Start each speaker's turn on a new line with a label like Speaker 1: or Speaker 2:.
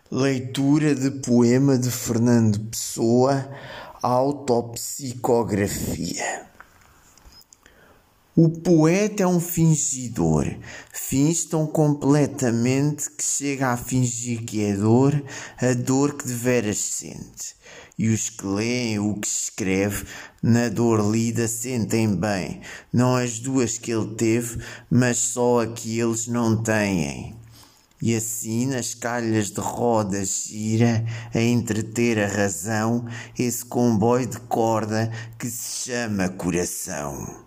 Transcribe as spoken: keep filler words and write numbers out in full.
Speaker 1: Leitura de poema de Fernando Pessoa, Autopsicografia. O poeta é um fingidor, finge tão completamente que chega a fingir que é dor, a dor que deveras sente. E os que leem o que escreve, na dor lida sentem bem, não as duas que ele teve, mas só a que eles não têm. E assim nas calhas de rodas gira, a entreter a razão, esse comboio de corda que se chama coração.